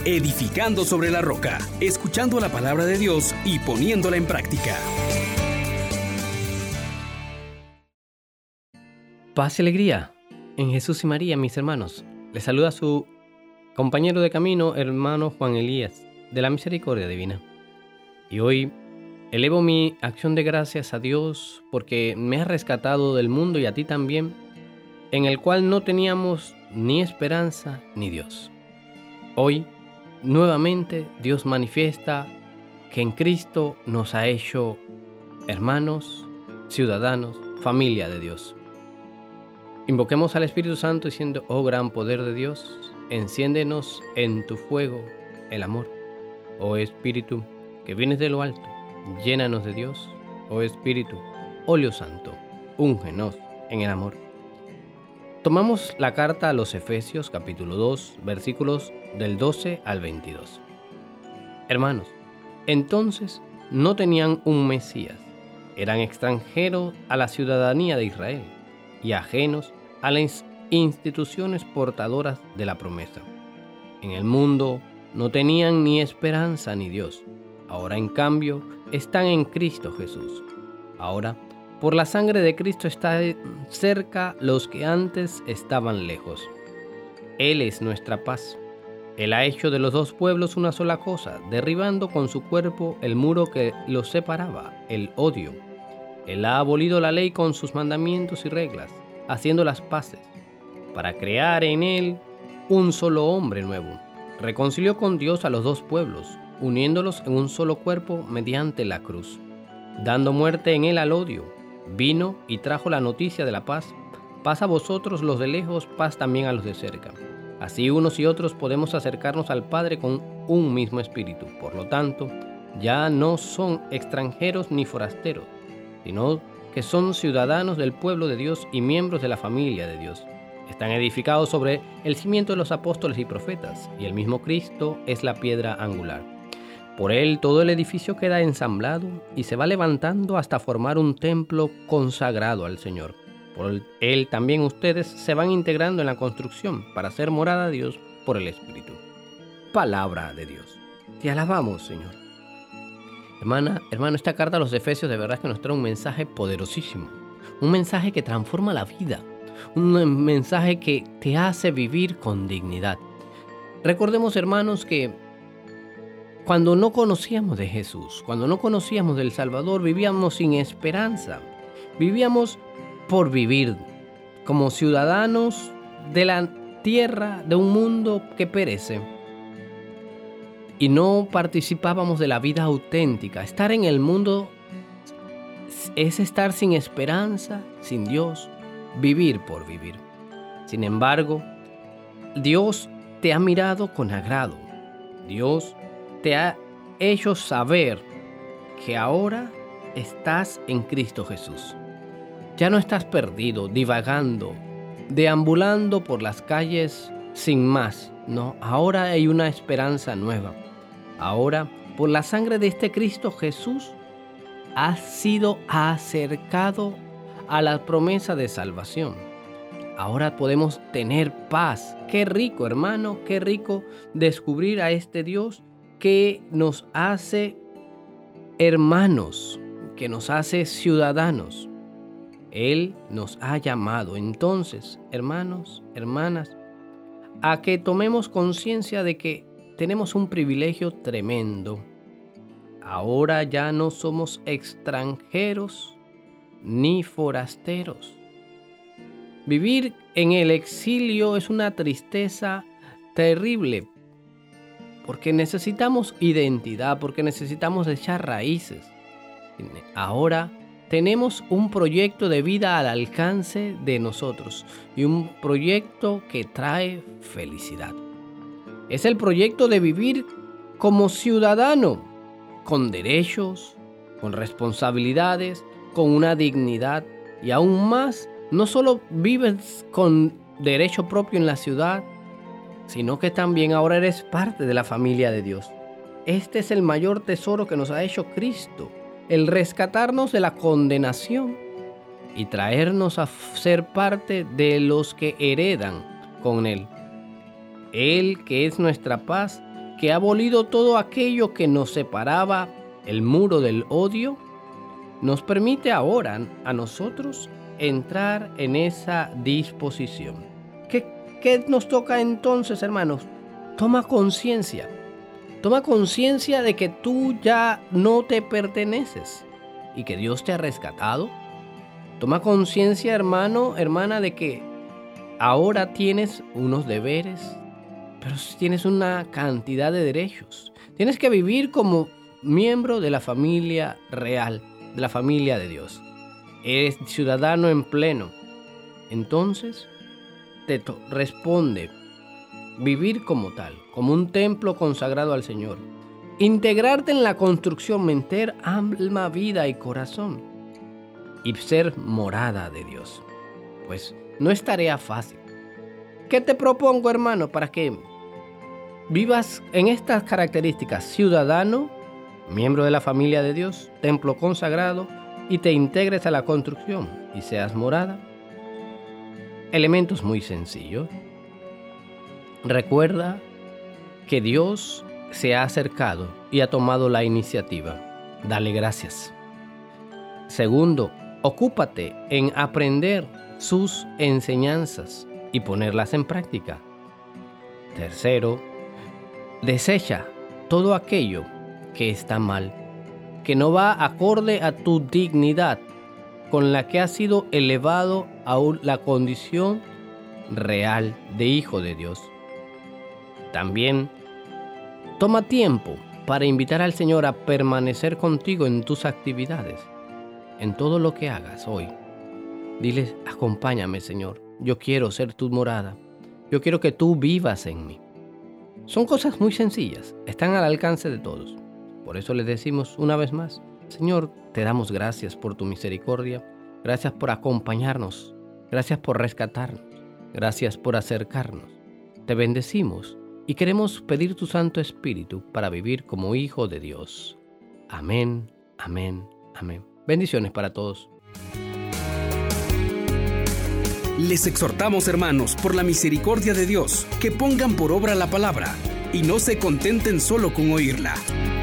edificando sobre la roca, escuchando la palabra de Dios y poniéndola en práctica. Paz y alegría en Jesús y María, mis hermanos. Les saluda su compañero de camino, hermano Juan Elías, de la Misericordia Divina. Y hoy elevo mi acción de gracias a Dios porque me ha rescatado del mundo y a ti también, en el cual no teníamos ni esperanza ni Dios. Hoy, nuevamente, Dios manifiesta que en Cristo nos ha hecho hermanos, ciudadanos, familia de Dios. Invoquemos al Espíritu Santo diciendo: oh gran poder de Dios, enciéndenos en tu fuego el amor. Oh Espíritu, que vienes de lo alto, llénanos de Dios. Oh Espíritu, óleo santo, úngenos en el amor. Tomamos la carta a los Efesios capítulo 2, versículos del 12 al 22. Hermanos, entonces no tenían un Mesías, eran extranjeros a la ciudadanía de Israel y ajenos a las instituciones portadoras de la promesa. En el mundo no tenían ni esperanza ni Dios. Ahora, en cambio, están en Cristo Jesús. Ahora, por la sangre de Cristo están cerca los que antes estaban lejos. Él es nuestra paz. Él ha hecho de los dos pueblos una sola cosa, derribando con su cuerpo el muro que los separaba, el odio. Él ha abolido la ley con sus mandamientos y reglas, haciendo las paces, para crear en él un solo hombre nuevo. Reconcilió con Dios a los dos pueblos, uniéndolos en un solo cuerpo mediante la cruz, dando muerte en él al odio. Vino y trajo la noticia de la paz. Paz a vosotros los de lejos, paz también a los de cerca. Así unos y otros podemos acercarnos al Padre con un mismo espíritu. Por lo tanto, ya no son extranjeros ni forasteros, sino que son ciudadanos del pueblo de Dios y miembros de la familia de Dios. Están edificados sobre el cimiento de los apóstoles y profetas, y el mismo Cristo es la piedra angular. Por él todo el edificio queda ensamblado y se va levantando hasta formar un templo consagrado al Señor. Por él también ustedes se van integrando en la construcción para ser morada de Dios por el Espíritu. Palabra de Dios. Te alabamos, Señor. Hermano, esta carta a los Efesios de verdad que nos trae un mensaje poderosísimo, un mensaje que transforma la vida, un mensaje que te hace vivir con dignidad. Recordemos, hermanos, que cuando no conocíamos de Jesús, cuando no conocíamos del Salvador, vivíamos sin esperanza, vivíamos por vivir como ciudadanos de la tierra, de un mundo que perece. Y no participábamos de la vida auténtica. Estar en el mundo es estar sin esperanza, sin Dios, vivir por vivir. Sin embargo, Dios te ha mirado con agrado. Dios te ha hecho saber que ahora estás en Cristo Jesús. Ya no estás perdido, divagando, deambulando por las calles sin más. No, ahora hay una esperanza nueva. Ahora, por la sangre de este Cristo Jesús, has sido acercado a la promesa de salvación. Ahora podemos tener paz. Qué rico, hermano, qué rico descubrir a este Dios que nos hace hermanos, que nos hace ciudadanos. Él nos ha llamado entonces, hermanos, hermanas, a que tomemos conciencia de que tenemos un privilegio tremendo. Ahora ya no somos extranjeros ni forasteros. Vivir en el exilio es una tristeza terrible, porque necesitamos identidad, porque necesitamos echar raíces. Ahora tenemos un proyecto de vida al alcance de nosotros y un proyecto que trae felicidad. Es el proyecto de vivir como ciudadano, con derechos, con responsabilidades, con una dignidad y aún más, no solo vives con derecho propio en la ciudad, sino que también ahora eres parte de la familia de Dios. Este es el mayor tesoro que nos ha hecho Cristo, el rescatarnos de la condenación y traernos a ser parte de los que heredan con Él. Él, que es nuestra paz, que ha abolido todo aquello que nos separaba, el muro del odio, nos permite ahora a nosotros entrar en esa disposición. ¿Qué nos toca entonces, hermanos? Toma conciencia de que tú ya no te perteneces y que Dios te ha rescatado. Toma conciencia, hermano, hermana, de que ahora tienes unos deberes, pero tienes una cantidad de derechos. Tienes que vivir como miembro de la familia real, de la familia de Dios. Eres ciudadano en pleno. Entonces, te responde vivir como tal, como un templo consagrado al Señor. Integrarte en la construcción, meter alma, vida y corazón. Y ser morada de Dios. Pues no es tarea fácil. ¿Qué te propongo, hermano, para que vivas en estas características? Ciudadano, miembro de la familia de Dios, templo consagrado, y te integres a la construcción y seas morada. Elementos muy sencillos. Recuerda que Dios se ha acercado y ha tomado la iniciativa. Dale gracias. Segundo, ocúpate en aprender sus enseñanzas y ponerlas en práctica. Tercero, desecha todo aquello que está mal, que no va acorde a tu dignidad, con la que has sido elevado a la condición real de hijo de Dios. También toma tiempo para invitar al Señor a permanecer contigo en tus actividades, en todo lo que hagas hoy. Diles: acompáñame, Señor, yo quiero ser tu morada, yo quiero que tú vivas en mí. Son cosas muy sencillas, están al alcance de todos. Por eso les decimos una vez más: Señor, te damos gracias por tu misericordia, gracias por acompañarnos, gracias por rescatarnos, gracias por acercarnos. Te bendecimos y queremos pedir tu Santo Espíritu para vivir como hijo de Dios. Amén, amén, amén. Bendiciones para todos. Les exhortamos, hermanos, por la misericordia de Dios, que pongan por obra la palabra y no se contenten solo con oírla.